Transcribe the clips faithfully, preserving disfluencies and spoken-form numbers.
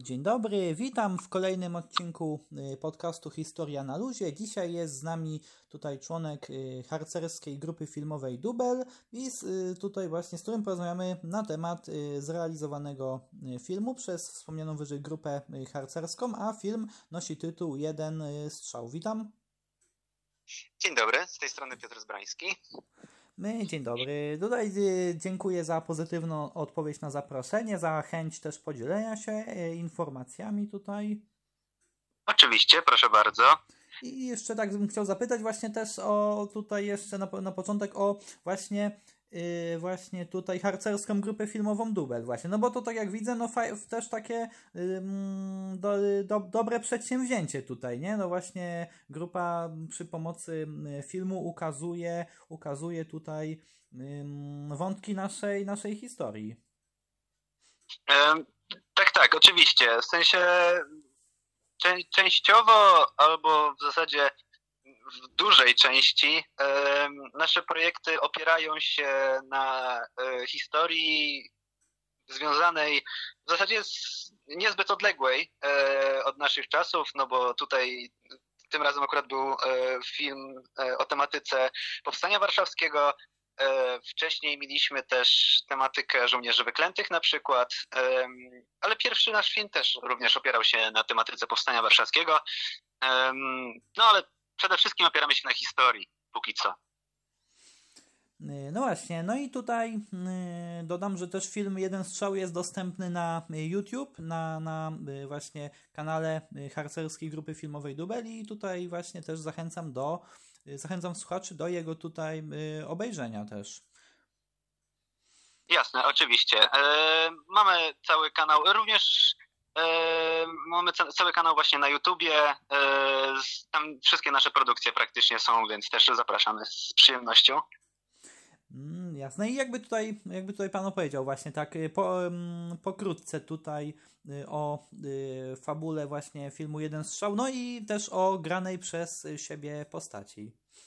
Dzień dobry, witam w kolejnym odcinku podcastu Historia na luzie. Dzisiaj jest z nami tutaj członek harcerskiej grupy filmowej Dubel i z, tutaj właśnie z którym porozmawiamy na temat zrealizowanego filmu przez wspomnianą wyżej grupę harcerską, a film nosi tytuł Jeden strzał. Witam. Dzień dobry, z tej strony Piotr Zbrański. Dzień dobry. Tutaj dziękuję za pozytywną odpowiedź na zaproszenie, za chęć też podzielenia się informacjami tutaj. Oczywiście, proszę bardzo. I jeszcze tak bym chciał zapytać właśnie też o tutaj jeszcze na, na początek o właśnie yy, właśnie tutaj harcerską grupę filmową Dubel właśnie, no bo to tak jak widzę, no fa- też takie yy, do, do, dobre przedsięwzięcie tutaj, nie? No właśnie grupa przy pomocy filmu ukazuje, ukazuje tutaj yy, wątki naszej, naszej historii. Ehm, tak, tak, oczywiście. W sensie Czę- częściowo albo w zasadzie w dużej części e, nasze projekty opierają się na e, historii związanej w zasadzie z niezbyt odległej e, od naszych czasów, no bo tutaj tym razem akurat był e, film e, o tematyce Powstania Warszawskiego. E, wcześniej mieliśmy też tematykę żołnierzy wyklętych na przykład, e, ale pierwszy nasz film też również opierał się na tematyce Powstania Warszawskiego. E, no ale przede wszystkim opieramy się na historii, póki co. No właśnie, no i tutaj yy, dodam, że też film Jeden strzał jest dostępny na YouTube, na, na yy, właśnie kanale harcerskiej grupy filmowej Dubel i tutaj właśnie też zachęcam do yy, zachęcam słuchaczy do jego tutaj yy, obejrzenia też. Jasne, oczywiście. E, mamy cały kanał, również e, mamy ca- cały kanał właśnie na YouTubie, e, z- tam wszystkie nasze produkcje praktycznie są, więc też zapraszamy z przyjemnością. Mm, jasne. I jakby tutaj, jakby tutaj Pan opowiedział właśnie tak y, po, ym, pokrótce tutaj y, o y, fabule właśnie filmu Jeden strzał, no i też o granej przez siebie postaci.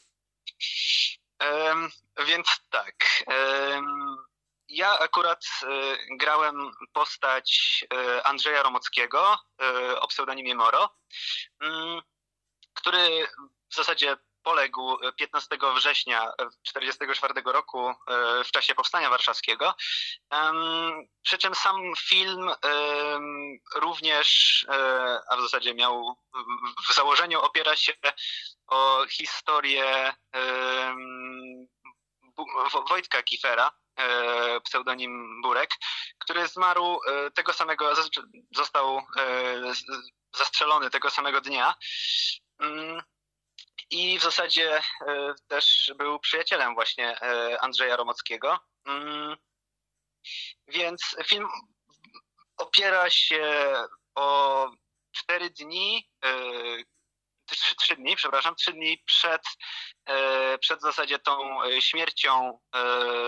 Em, więc tak. em, Ja akurat e, grałem postać e, Andrzeja Romockiego e, o pseudonimie Moro, mm, który w zasadzie poległ piętnastego września tysiąc dziewięćset czterdziestego czwartego roku e, w czasie Powstania Warszawskiego. Em, Przy czym sam film em, również, e, a w zasadzie miał w założeniu opiera się o historię em, Bu- Wo- Wojtka Kifera, e, pseudonim Burek, który zmarł e, tego samego, zas- został e, z- zastrzelony tego samego dnia. Mm, I w zasadzie e, też był przyjacielem właśnie e, Andrzeja Romockiego. Mm, Więc film opiera się o cztery dni, e, trzy, trzy dni, przepraszam, trzy dni przed, e, przed w zasadzie tą e, śmiercią e,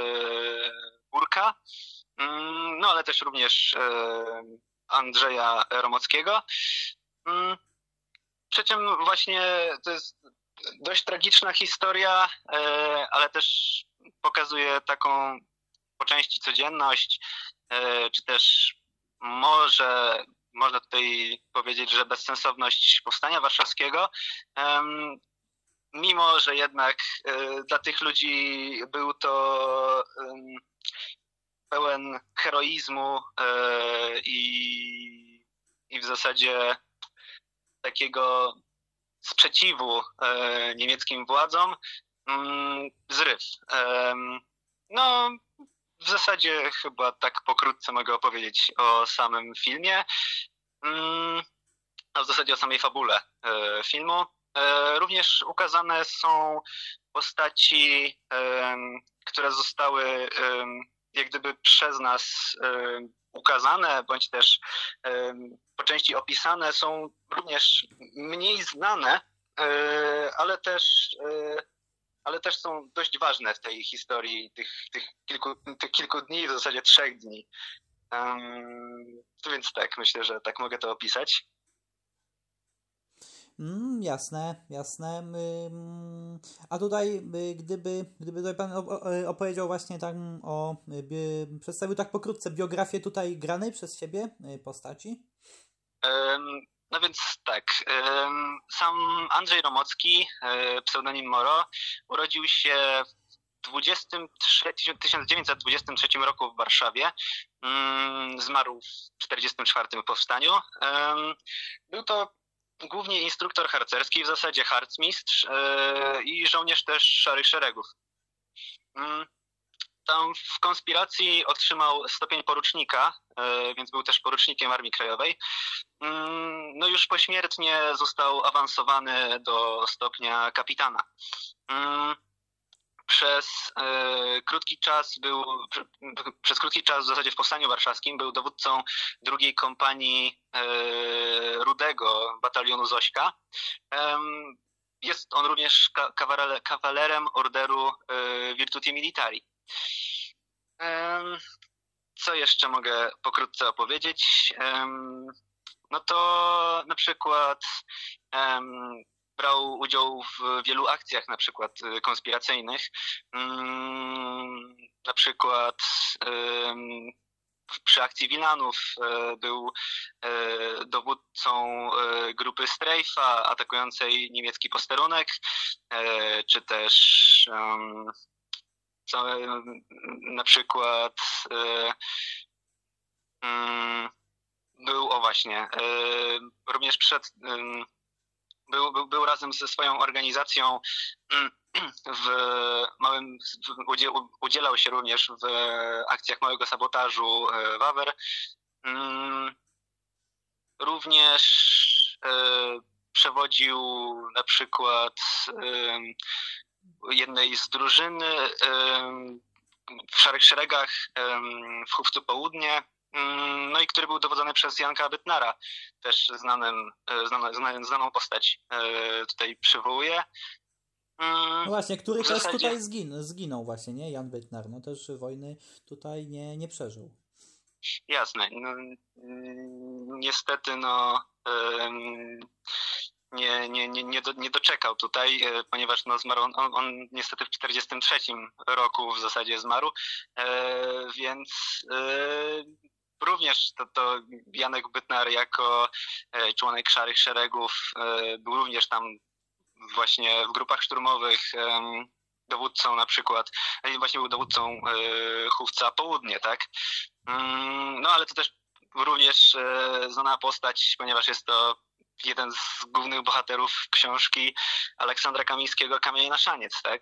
Burka, mm, no ale też również e, Andrzeja Romockiego. Mm, Przy czym właśnie to jest dość tragiczna historia, e, ale też pokazuje taką po części codzienność, e, czy też może można tutaj powiedzieć, że bezsensowność Powstania Warszawskiego, em, mimo że jednak e, dla tych ludzi był to em, pełen heroizmu e, i, i w zasadzie takiego sprzeciwu e, niemieckim władzom, mm, zryw. Em, No, w zasadzie chyba tak pokrótce mogę opowiedzieć o samym filmie, mm, a w zasadzie o samej fabule e, filmu. E, Również ukazane są postaci, em, które zostały em, jak gdyby przez nas em, ukazane, bądź też em, po części opisane, są również mniej znane, e, ale też e, ale też są dość ważne w tej historii tych, tych, kilku, tych kilku dni, w zasadzie trzech dni. Um, to więc tak, myślę, że tak mogę to opisać. Mm, jasne, jasne. Ym, A tutaj, y, gdyby, gdyby tutaj Pan op- o- opowiedział właśnie tak o, y, bi- przedstawił tak pokrótce biografię tutaj granej przez siebie y, postaci. No więc tak, sam Andrzej Romocki, pseudonim Moro, urodził się w tysiąc dziewięćset dwudziestym trzecim roku w Warszawie. Zmarł w czterdziestym czwartym powstaniu. Był to głównie instruktor harcerski, w zasadzie harcmistrz i żołnierz też Szarych Szeregów. Tam w konspiracji otrzymał stopień porucznika, więc był też porucznikiem Armii Krajowej. No już pośmiertnie został awansowany do stopnia kapitana. Przez krótki czas był, przez krótki czas w zasadzie w Powstaniu Warszawskim był dowódcą drugiej kompanii Rudego batalionu Zośka. Jest on również kawalerem orderu Virtuti Militari. Co jeszcze mogę pokrótce opowiedzieć? No to na przykład brał udział w wielu akcjach na przykład konspiracyjnych. Na przykład przy akcji Wilanów był dowódcą grupy Strejfa atakującej niemiecki posterunek, czy też co, na przykład był, o właśnie, również przed, był, był, był razem ze swoją organizacją w małym, udzielał się również w akcjach małego sabotażu Wawer. Również przewodził na przykład jednej z drużyny w Szarych Szeregach w Chówcu Południe, no i który był dowodzony przez Janka Bytnara, też znanym, znaną, znaną postać tutaj przywołuje. No właśnie, który też zasadzie... tutaj zgin, zginął właśnie, nie? Jan Bytnar, no też wojny tutaj nie, nie przeżył. Jasne. No, niestety, no nie, nie, nie, nie, do, nie doczekał tutaj, ponieważ no, zmarł on, on, on niestety w czterdziestym trzecim roku w zasadzie zmarł, e, więc e, również to, to Janek Bytnar jako członek Szarych Szeregów e, był również tam właśnie w grupach szturmowych, e, dowódcą na przykład, właśnie był dowódcą e, Chówca Południe, tak? Mm, no ale to też również e, znana postać, ponieważ jest to jeden z głównych bohaterów książki Aleksandra Kamińskiego Kamienie na szaniec, tak?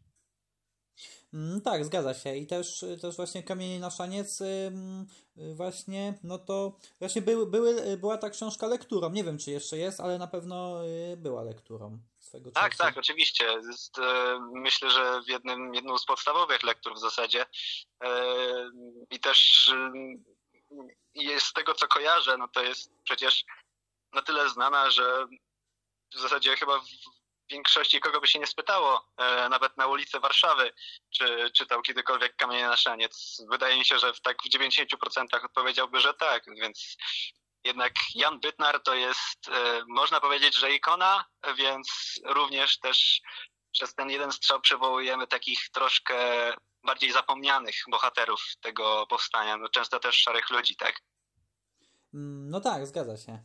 Mm, tak, zgadza się. I też, też właśnie Kamienie na szaniec yy, właśnie, no to właśnie były, były, była ta książka lekturą. Nie wiem, czy jeszcze jest, ale na pewno yy, była lekturą swego czasu. Tak, tak, oczywiście. Jest, yy, myślę, że w jednym, jedną z podstawowych lektur w zasadzie. Yy, I też yy, z tego, co kojarzę, no to jest przecież na tyle znana, że w zasadzie chyba w większości kogo by się nie spytało, e, nawet na ulicy Warszawy, czy czytał kiedykolwiek Kamienie na szaniec. Wydaje mi się, że w tak w dziewięćdziesięciu procentach odpowiedziałby, że tak, więc jednak Jan Bytnar to jest, e, można powiedzieć, że ikona, więc również też przez ten jeden strzał przywołujemy takich troszkę bardziej zapomnianych bohaterów tego powstania, no często też szarych ludzi, tak? No tak, zgadza się.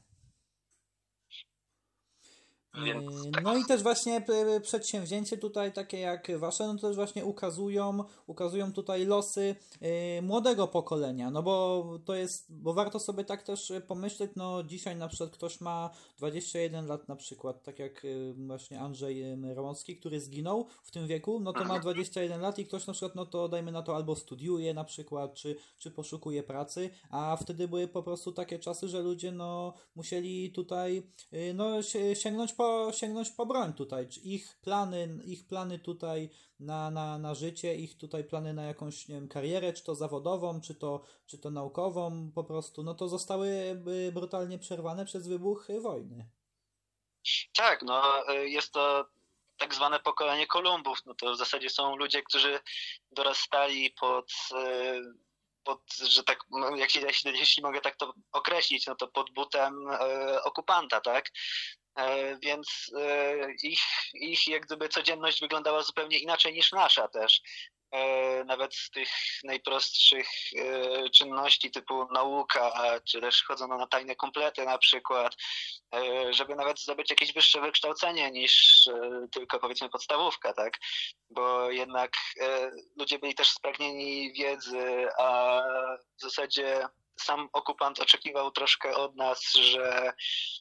Więc tak. No i też właśnie przedsięwzięcie tutaj takie jak wasze, no to też właśnie ukazują, ukazują tutaj losy yy, młodego pokolenia, no bo to jest, bo warto sobie tak też pomyśleć, no dzisiaj na przykład ktoś ma dwadzieścia jeden lat na przykład, tak jak yy, właśnie Andrzej Romocki, który zginął w tym wieku, no to ma dwadzieścia jeden lat i ktoś na przykład, no to dajmy na to albo studiuje na przykład, czy, czy poszukuje pracy, a wtedy były po prostu takie czasy, że ludzie no musieli tutaj yy, no sięgnąć po Po, sięgnąć po broń tutaj. Ich plany, ich plany tutaj na, na, na życie, ich tutaj plany na jakąś, nie wiem, karierę, czy to zawodową, czy to, czy to naukową po prostu, no to zostały brutalnie przerwane przez wybuch wojny. Tak, no jest to tak zwane pokolenie Kolumbów. No to w zasadzie są ludzie, którzy dorastali pod... pod, że tak, jak, jeśli, jeśli mogę tak to określić, no to pod butem e, okupanta, tak? Więc ich, ich jak gdyby codzienność wyglądała zupełnie inaczej niż nasza też. Nawet z tych najprostszych czynności typu nauka, czy też chodzono na tajne komplety na przykład, żeby nawet zdobyć jakieś wyższe wykształcenie niż tylko powiedzmy podstawówka, tak? Bo jednak ludzie byli też spragnieni wiedzy, a w zasadzie sam okupant oczekiwał troszkę od nas, że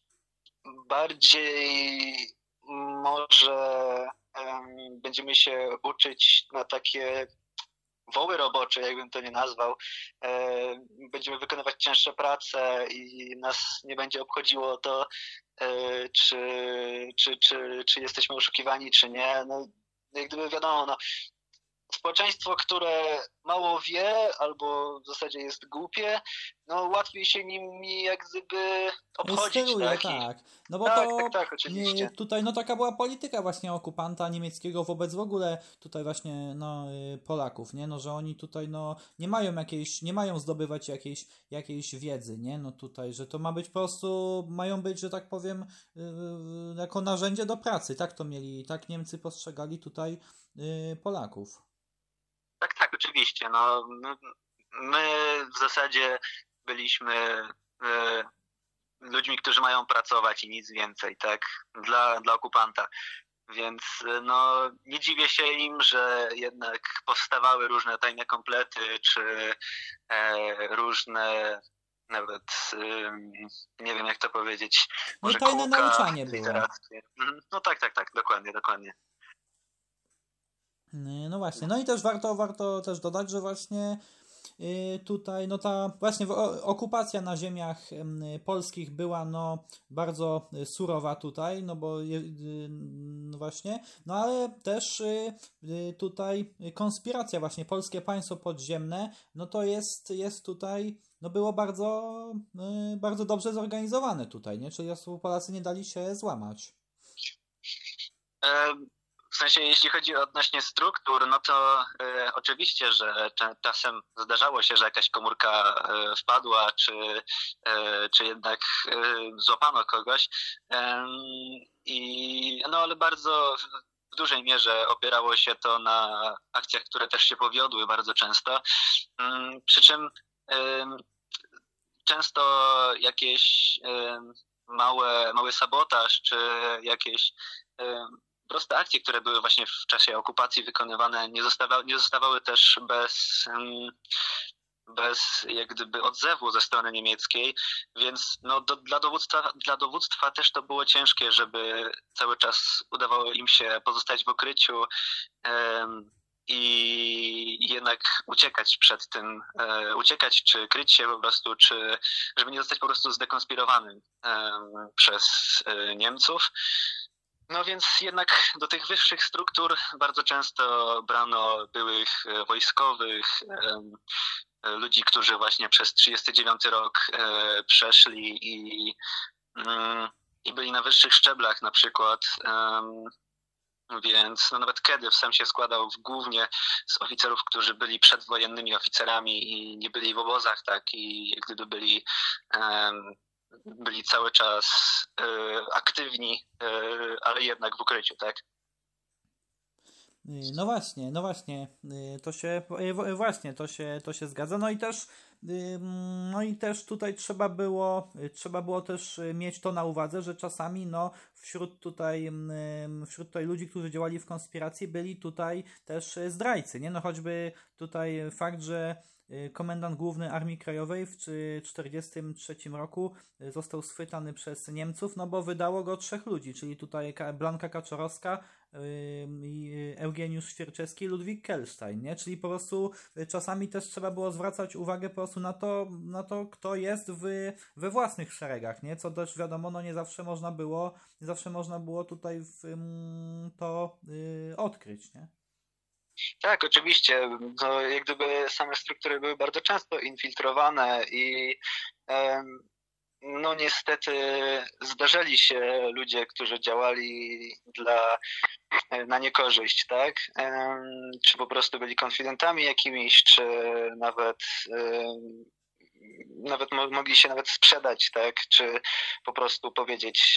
bardziej może um, będziemy się uczyć na takie woły robocze, jakbym to nie nazwał. E, będziemy wykonywać cięższe prace i nas nie będzie obchodziło to, e, czy, czy, czy, czy jesteśmy oszukiwani, czy nie. No, jak gdyby wiadomo, no, społeczeństwo, które mało wie albo w zasadzie jest głupie, no łatwiej się nimi jak gdyby obchodzić. Steruje, tak? tak. No bo tak, to tak, tak, oczywiście. Nie, tutaj no taka była polityka właśnie okupanta niemieckiego wobec w ogóle tutaj właśnie no Polaków, nie? No że oni tutaj no nie mają jakiejś, nie mają zdobywać jakiejś, jakiejś wiedzy, nie? No tutaj, że to ma być po prostu, mają być, że tak powiem yy, jako narzędzie do pracy, tak to mieli, tak Niemcy postrzegali tutaj yy, Polaków. Tak, tak, oczywiście. No, my, my w zasadzie byliśmy e, ludźmi, którzy mają pracować i nic więcej, tak? Dla, dla okupanta. Więc no, nie dziwię się im, że jednak powstawały różne tajne komplety, czy e, różne nawet, e, nie wiem jak to powiedzieć, może no tajne kółka nauczanie w literactwie. No tak, tak, tak, dokładnie, dokładnie. No właśnie, no i też warto, warto też dodać, że właśnie tutaj no ta właśnie okupacja na ziemiach polskich była no bardzo surowa tutaj, no bo no właśnie, no ale też tutaj konspiracja właśnie, polskie państwo podziemne, no to jest, jest tutaj, no było bardzo, bardzo dobrze zorganizowane tutaj, nie? Czyli Polacy nie dali się złamać. Um. W sensie, jeśli chodzi o odnośnie struktur, no to e, oczywiście, że czasem zdarzało się, że jakaś komórka e, wpadła, czy, e, czy jednak e, złapano kogoś. E, i, no ale bardzo w dużej mierze opierało się to na akcjach, które też się powiodły bardzo często. E, przy czym e, często jakieś e, małe, mały sabotaż, czy jakieś e, proste akcje, które były właśnie w czasie okupacji wykonywane, nie zostawały, nie zostawały też bez, bez jak gdyby odzewu ze strony niemieckiej, więc no do, dla, dowództwa, dla dowództwa też to było ciężkie, żeby cały czas udawało im się pozostać w ukryciu um, i jednak uciekać przed tym, e, uciekać czy kryć się po prostu, czy żeby nie zostać po prostu zdekonspirowanym e, przez e, Niemców. No więc jednak do tych wyższych struktur bardzo często brano byłych wojskowych, ludzi, którzy właśnie przez trzydziesty dziewiąty rok przeszli i, i byli na wyższych szczeblach na przykład. Więc no nawet Kedyw sam się składał w głównie z oficerów, którzy byli przedwojennymi oficerami i nie byli w obozach, tak, i jak gdyby byli byli cały czas y, aktywni, y, ale jednak w ukryciu, tak? No właśnie, no właśnie, to się właśnie, to się, to się zgadza. No i też no i też tutaj trzeba było trzeba było też mieć to na uwadze, że czasami no wśród tutaj wśród tutaj ludzi, którzy działali w konspiracji, byli tutaj też zdrajcy, nie? No choćby tutaj fakt, że komendant główny Armii Krajowej w tysiąc dziewięćset czterdziestym trzecim roku został schwytany przez Niemców, no bo wydało go trzech ludzi, czyli tutaj Blanka Kaczorowska, Eugeniusz Świerczewski i Ludwik Kelstein, nie? Czyli po prostu czasami też trzeba było zwracać uwagę po prostu na to, na to kto jest w, we własnych szeregach, nie? Co też wiadomo, no nie zawsze można było, nie zawsze można było tutaj w, to yy, odkryć, nie? Tak, oczywiście. No, jak gdyby same struktury były bardzo często infiltrowane i um, no niestety zdarzali się ludzie, którzy działali dla, na niekorzyść, tak? Um, czy po prostu byli konfidentami jakimiś, czy nawet um, nawet mo- mogli się nawet sprzedać, tak, czy po prostu powiedzieć,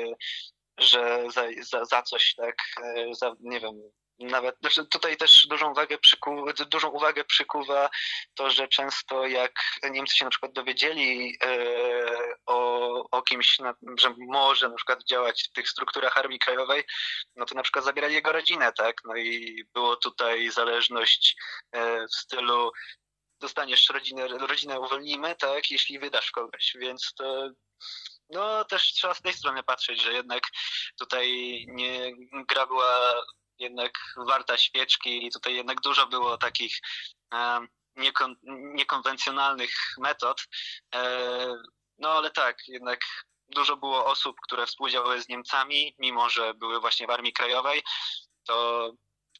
że za, za, za coś, tak, za, nie wiem, nawet, znaczy tutaj też dużą uwagę, przykuwa, dużą uwagę przykuwa to, że często jak Niemcy się na przykład dowiedzieli e, o, o kimś, na, że może na przykład działać w tych strukturach Armii Krajowej, no to na przykład zabierali jego rodzinę, tak, no i było tutaj zależność e, w stylu dostaniesz rodzinę, rodzinę uwolnimy, tak, jeśli wydasz kogoś, więc to no też trzeba z tej strony patrzeć, że jednak tutaj nie gra była jednak warta świeczki i tutaj jednak dużo było takich um, niekon, niekonwencjonalnych metod. E, no ale tak, jednak dużo było osób, które współdziałały z Niemcami, mimo że były właśnie w Armii Krajowej, to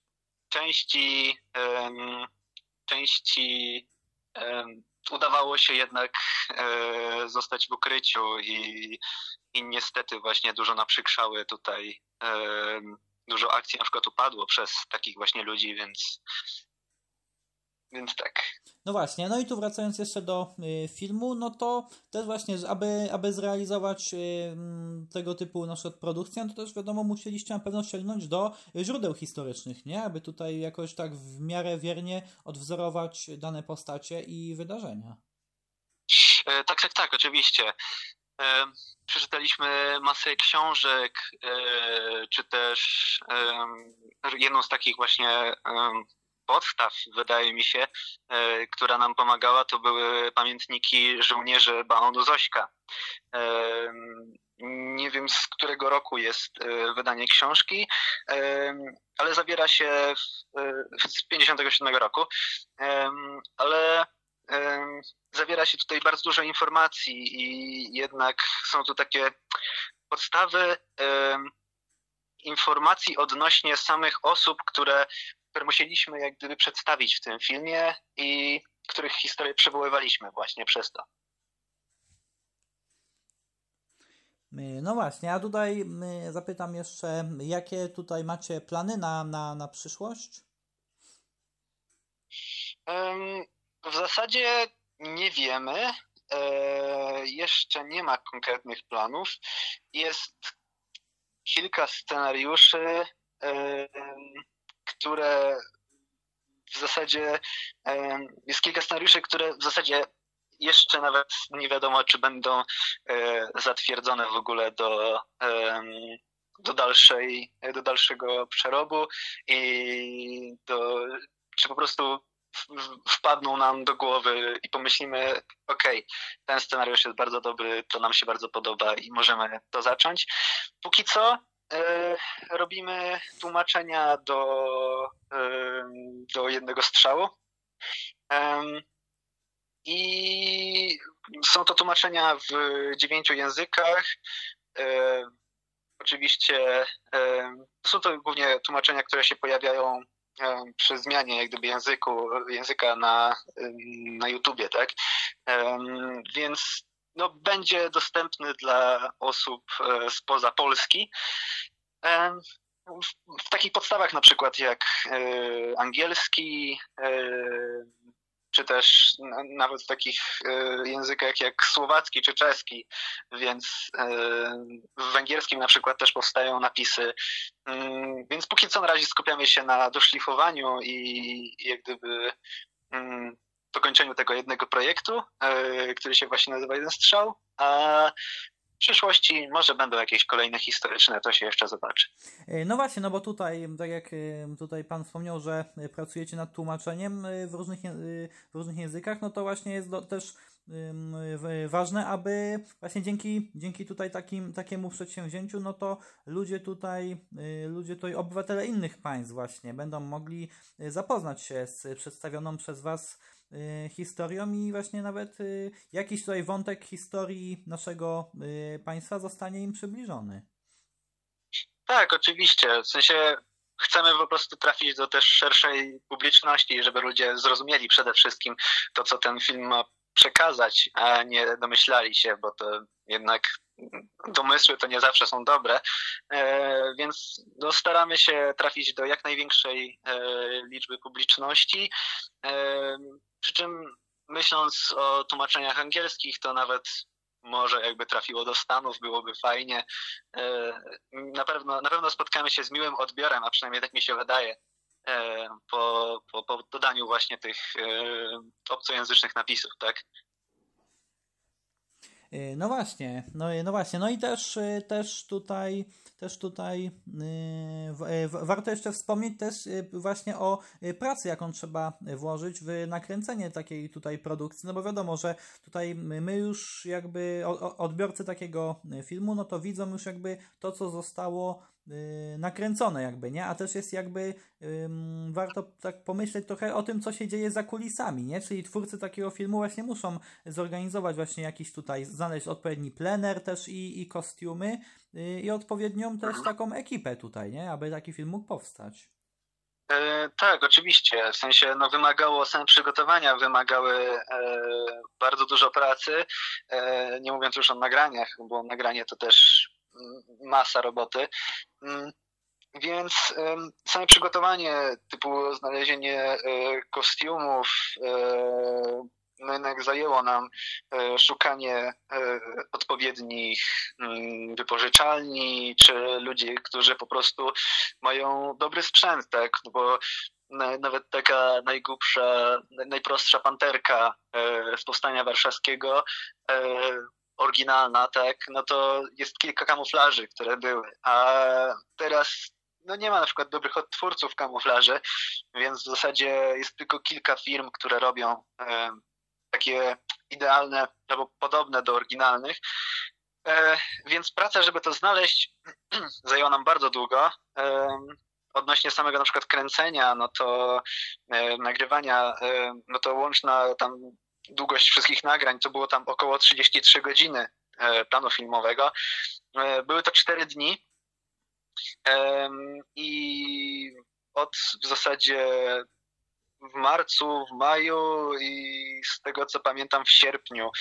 części um, części um, udawało się jednak e, zostać w ukryciu i, i niestety właśnie dużo naprzykrzały tutaj e, dużo akcji na przykład upadło przez takich właśnie ludzi, więc więc tak. No właśnie, no i tu wracając jeszcze do y, filmu, no to też właśnie, aby, aby zrealizować y, tego typu na przykład produkcję, to też wiadomo musieliście na pewno sięgnąć do źródeł historycznych, nie? Aby tutaj jakoś tak w miarę wiernie odwzorować dane postacie i wydarzenia. E, tak, tak, tak, oczywiście. E, przeczytaliśmy masę książek, e, czy też e, jedną z takich właśnie e, podstaw, wydaje mi się, e, która nam pomagała, to były pamiętniki żołnierzy Baonu Zośka. E, nie wiem, z którego roku jest e, wydanie książki, e, ale zawiera się w, e, z pięćdziesiątego siódmego roku, e, ale e, zawiera się tutaj bardzo dużo informacji i jednak są tu takie podstawy e, informacji odnośnie samych osób, które które musieliśmy jak gdyby przedstawić w tym filmie i których historię przywoływaliśmy właśnie przez to. No właśnie, a tutaj zapytam jeszcze, jakie tutaj macie plany na, na, na przyszłość? Um, w zasadzie nie wiemy. E, jeszcze nie ma konkretnych planów. Jest kilka scenariuszy, e, które w zasadzie jest kilka scenariuszy, które w zasadzie jeszcze nawet nie wiadomo, czy będą zatwierdzone w ogóle do, do, dalszej, do dalszego przerobu i do, czy po prostu wpadną nam do głowy i pomyślimy, okej, okay, ten scenariusz jest bardzo dobry, to nam się bardzo podoba i możemy to zacząć. Póki co robimy tłumaczenia do, do jednego strzału i są to tłumaczenia w dziewięciu językach. Oczywiście są to głównie tłumaczenia, które się pojawiają przy zmianie jak gdyby języku, języka na, na YouTubie, tak? Więc no, będzie dostępny dla osób spoza Polski. W takich podstawach na przykład jak angielski, czy też nawet w takich językach jak słowacki czy czeski, więc w węgierskim na przykład też powstają napisy. Więc póki co na razie skupiamy się na doszlifowaniu i jak gdyby dokończeniu tego jednego projektu, który się właśnie nazywa Jeden Strzał, a w przyszłości może będą jakieś kolejne historyczne, to się jeszcze zobaczy. No właśnie, no bo tutaj, tak jak tutaj Pan wspomniał, że pracujecie nad tłumaczeniem w różnych, w różnych językach, no to właśnie jest do, też ważne, aby właśnie dzięki, dzięki tutaj takim, takiemu przedsięwzięciu, no to ludzie tutaj, ludzie tutaj, obywatele innych państw właśnie będą mogli zapoznać się z przedstawioną przez Was historią i właśnie nawet jakiś tutaj wątek historii naszego państwa zostanie im przybliżony. Tak, oczywiście. W sensie chcemy po prostu trafić do też szerszej publiczności, żeby ludzie zrozumieli przede wszystkim to, co ten film ma przekazać, a nie domyślali się, bo to jednak domysły to nie zawsze są dobre, e, więc no, staramy się trafić do jak największej e, liczby publiczności, e, przy czym myśląc o tłumaczeniach angielskich, to nawet może jakby trafiło do Stanów, byłoby fajnie. Na pewno, na pewno spotkamy się z miłym odbiorem, a przynajmniej tak mi się wydaje, po, po, po dodaniu właśnie tych obcojęzycznych napisów, tak? No właśnie, no, no właśnie, no i też, też tutaj, też tutaj yy, warto jeszcze wspomnieć też właśnie o pracy, jaką trzeba włożyć w nakręcenie takiej tutaj produkcji, no bo wiadomo, że tutaj my już jakby odbiorcy takiego filmu, no to widzą już jakby to, co zostało yy, nakręcone jakby, nie? A też jest jakby yy, warto tak pomyśleć trochę o tym, co się dzieje za kulisami, nie? Czyli twórcy takiego filmu właśnie muszą zorganizować właśnie jakiś tutaj, znaleźć odpowiedni plener też i, i kostiumy yy, i odpowiednią też taką ekipę tutaj, nie? Aby taki film mógł powstać. E, tak, oczywiście. W sensie no, wymagało, same przygotowania wymagały e, bardzo dużo pracy, e, nie mówiąc już o nagraniach, bo nagranie to też masa roboty. Więc same przygotowanie typu znalezienie kostiumów, no jednak zajęło nam szukanie odpowiednich wypożyczalni, czy ludzi, którzy po prostu mają dobry sprzęt, tak, no bo nawet taka najgłupsza, najprostsza panterka z Powstania Warszawskiego, oryginalna, tak, no to jest kilka kamuflaży, które były, a teraz no nie ma na przykład dobrych odtwórców kamuflaży, więc w zasadzie jest tylko kilka firm, które robią e, takie idealne albo podobne do oryginalnych, e, więc praca, żeby to znaleźć zajęła nam bardzo długo. E, odnośnie samego na przykład kręcenia, no to e, nagrywania, e, no to łączna tam długość wszystkich nagrań to było tam około trzydzieści trzy godziny planu filmowego. Były to cztery dni i od w zasadzie w marcu, w maju i z tego co pamiętam w sierpniu,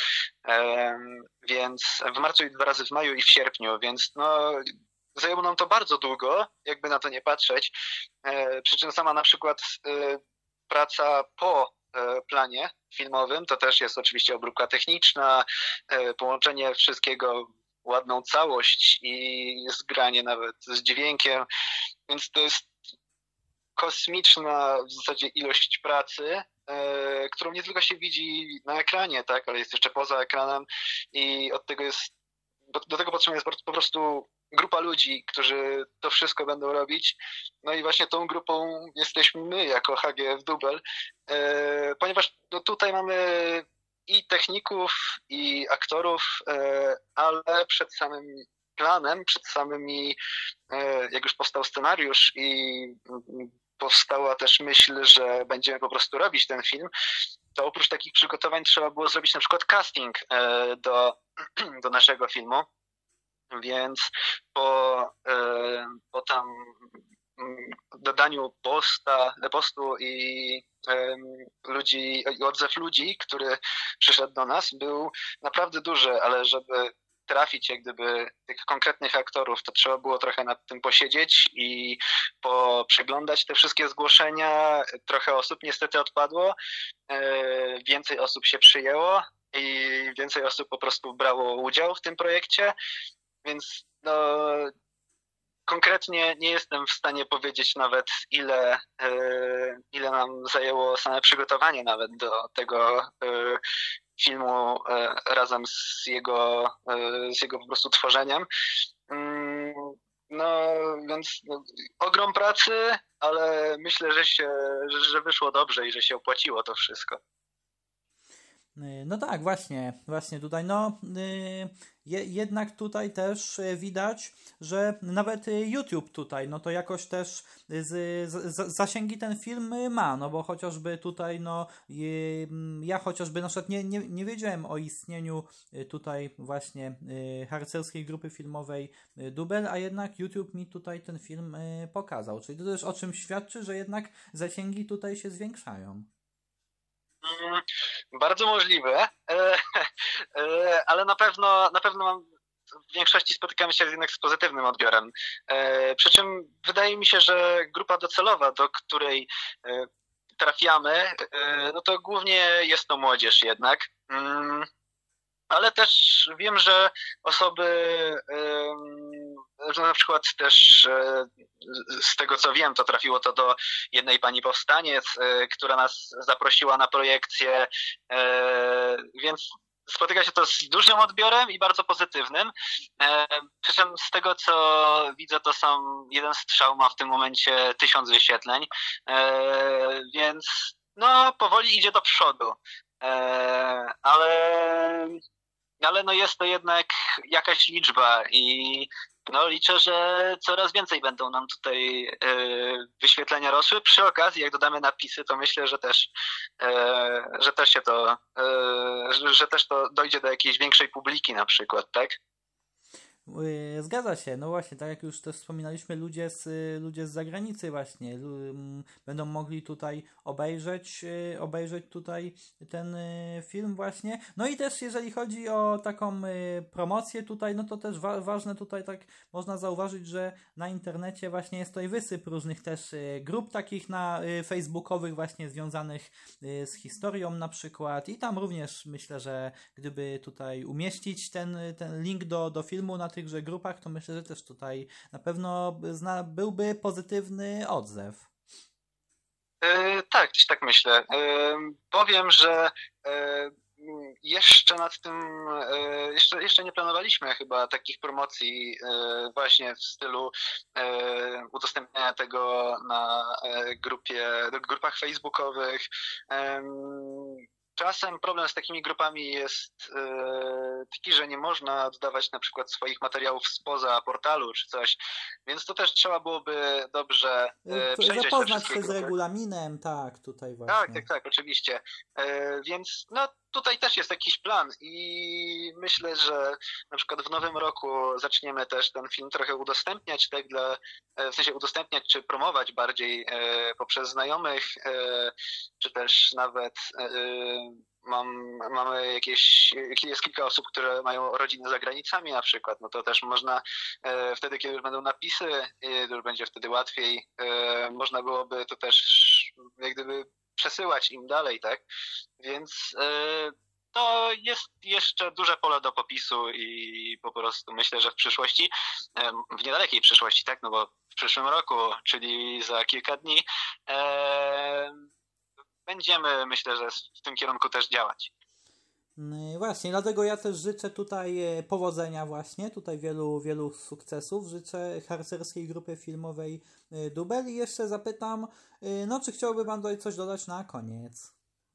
więc w marcu i dwa razy w maju i w sierpniu, więc no zajęło nam to bardzo długo, jakby na to nie patrzeć. Przy czym sama na przykład praca po planie filmowym, to też jest oczywiście obróbka techniczna, połączenie wszystkiego w ładną całość i zgranie nawet z dźwiękiem, więc to jest kosmiczna w zasadzie ilość pracy, którą nie tylko się widzi na ekranie, tak, ale jest jeszcze poza ekranem i od tego jest, do tego potrzebna jest po prostu grupa ludzi, którzy to wszystko będą robić. No i właśnie tą grupą jesteśmy my jako H G F Dubel, e, ponieważ no tutaj mamy i techników, i aktorów, e, ale przed samym planem, przed samymi, e, jak już powstał scenariusz i powstała też myśl, że będziemy po prostu robić ten film, to oprócz takich przygotowań trzeba było zrobić na przykład casting e, do, do naszego filmu. Więc po, po tam dodaniu posta, postu i ludzi, i odzew ludzi, który przyszedł do nas, był naprawdę duży, ale żeby trafić jak gdyby tych konkretnych aktorów, to trzeba było trochę nad tym posiedzieć i poprzeglądać te wszystkie zgłoszenia. Trochę osób niestety odpadło, więcej osób się przyjęło i więcej osób po prostu brało udział w tym projekcie. Więc no, konkretnie nie jestem w stanie powiedzieć nawet ile, yy, ile nam zajęło same przygotowanie nawet do tego yy, filmu yy, razem z jego, yy, z jego po prostu tworzeniem. Yy, no więc no, ogrom pracy, ale myślę, że się, że, że wyszło dobrze i że się opłaciło to wszystko. No tak, właśnie, właśnie tutaj, no je, jednak tutaj też widać, że nawet YouTube tutaj, no to jakoś też z, z, zasięgi ten film ma, no bo chociażby tutaj, no ja chociażby na przykład nie, nie, nie wiedziałem o istnieniu tutaj właśnie harcerskiej grupy filmowej Dubel, a jednak YouTube mi tutaj ten film pokazał, czyli to też o czym świadczy, że jednak zasięgi tutaj się zwiększają. Bardzo możliwe, ale na pewno, na pewno w większości spotykamy się jednak z pozytywnym odbiorem. Przy czym wydaje mi się, że grupa docelowa, do której trafiamy, no to głównie jest to młodzież jednak. Ale też wiem, że osoby, że na przykład też z tego co wiem, to trafiło to do jednej pani powstaniec, która nas zaprosiła na projekcję, więc spotyka się to z dużym odbiorem i bardzo pozytywnym. Przy czym z tego co widzę, to sam jeden strzał ma w tym momencie tysiąc wyświetleń, więc no powoli idzie do przodu. Ale Ale no jest to jednak jakaś liczba i no liczę, że coraz więcej będą nam tutaj e, wyświetlenia rosły. Przy okazji, jak dodamy napisy, to myślę, że też, e, że też się to, e, że, że też to dojdzie do jakiejś większej publiki na przykład, tak? Zgadza się, no właśnie, tak jak już też wspominaliśmy, ludzie z, ludzie z zagranicy właśnie będą mogli tutaj obejrzeć, obejrzeć tutaj ten film właśnie. No i też jeżeli chodzi o taką promocję tutaj, no to też wa- ważne tutaj tak można zauważyć, że na internecie właśnie jest tutaj wysyp różnych też grup takich na facebookowych właśnie związanych z historią na przykład i tam również myślę, że gdyby tutaj umieścić ten, ten link do, do filmu na tychże grupach, to myślę, że też tutaj na pewno zna, byłby pozytywny odzew. Yy, tak, też tak myślę. Yy, powiem, że yy, jeszcze nad tym, yy, jeszcze, jeszcze nie planowaliśmy chyba takich promocji yy, właśnie w stylu yy, udostępniania tego na yy, grupie, grupach facebookowych. Yy, Czasem problem z takimi grupami jest e, taki, że nie można dodawać na przykład swoich materiałów spoza portalu czy coś, więc to też trzeba byłoby dobrze e, przejrzeć te zapoznać wszystkie się z grupy. regulaminem, tak, tutaj właśnie. Tak, tak, tak, oczywiście. E, więc no tutaj też jest jakiś plan i myślę, że na przykład w nowym roku zaczniemy też ten film trochę udostępniać, tak dla, w sensie udostępniać czy promować bardziej e, poprzez znajomych, e, czy też nawet e, mam, mamy jakieś, jest kilka osób, które mają rodziny za granicami na przykład, no to też można e, wtedy, kiedy już będą napisy, e, to już będzie wtedy łatwiej, e, można byłoby to też jak gdyby przesyłać im dalej, tak? Więc e, to jest jeszcze duże pole do popisu i po prostu myślę, że w przyszłości, e, w niedalekiej przyszłości, tak? No bo w przyszłym roku, czyli za kilka dni, e, będziemy, myślę, że w tym kierunku też działać. Właśnie, dlatego ja też życzę tutaj powodzenia właśnie, tutaj wielu, wielu sukcesów. Życzę harcerskiej grupie filmowej Dubel i jeszcze zapytam, no czy chciałby Pan tutaj coś dodać na koniec?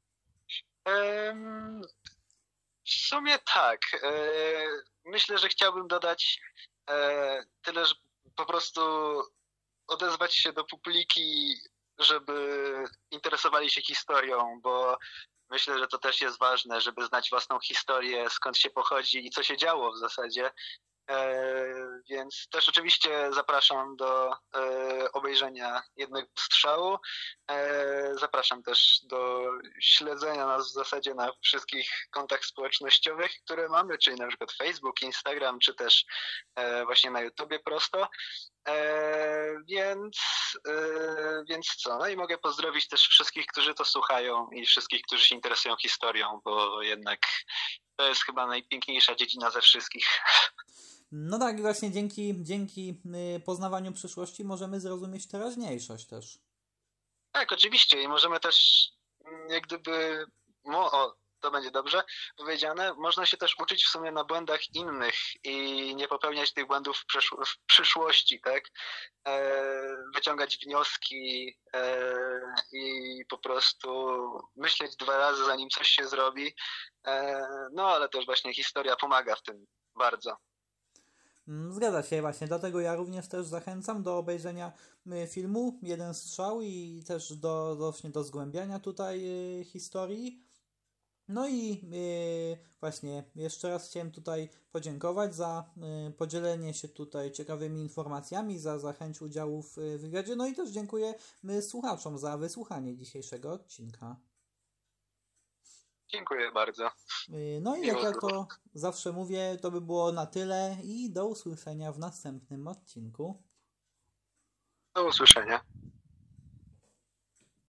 Um, w sumie tak. Myślę, że chciałbym dodać tyle, że po prostu odezwać się do publiki, żeby interesowali się historią, bo myślę, że to też jest ważne, żeby znać własną historię, skąd się pochodzi i co się działo w zasadzie. E, więc też oczywiście zapraszam do e, obejrzenia jednego strzału. E, zapraszam też do śledzenia nas w zasadzie na wszystkich kontach społecznościowych, które mamy, czyli na przykład Facebook, Instagram, czy też e, właśnie na YouTubie prosto. E, więc, e, więc co? No i mogę pozdrowić też wszystkich, którzy to słuchają i wszystkich, którzy się interesują historią, bo jednak to jest chyba najpiękniejsza dziedzina ze wszystkich. No tak, właśnie dzięki, dzięki poznawaniu przyszłości możemy zrozumieć teraźniejszość też. Tak, oczywiście i możemy też jak gdyby, o, to będzie dobrze powiedziane, można się też uczyć w sumie na błędach innych i nie popełniać tych błędów w, przeszło- w przyszłości, tak? E, wyciągać wnioski e, i po prostu myśleć dwa razy, zanim coś się zrobi. E, no ale też właśnie historia pomaga w tym bardzo. Zgadza się właśnie, dlatego ja również też zachęcam do obejrzenia filmu Jeden strzał i też do, do, właśnie do zgłębiania tutaj y, historii. No i y, właśnie jeszcze raz chciałem tutaj podziękować za y, podzielenie się tutaj ciekawymi informacjami, za, za chęć udziału w y, wywiadzie, no i też dziękuję y, słuchaczom za wysłuchanie dzisiejszego odcinka. Dziękuję bardzo. No i jak ja to zawsze mówię, to by było na tyle i do usłyszenia w następnym odcinku. Do usłyszenia.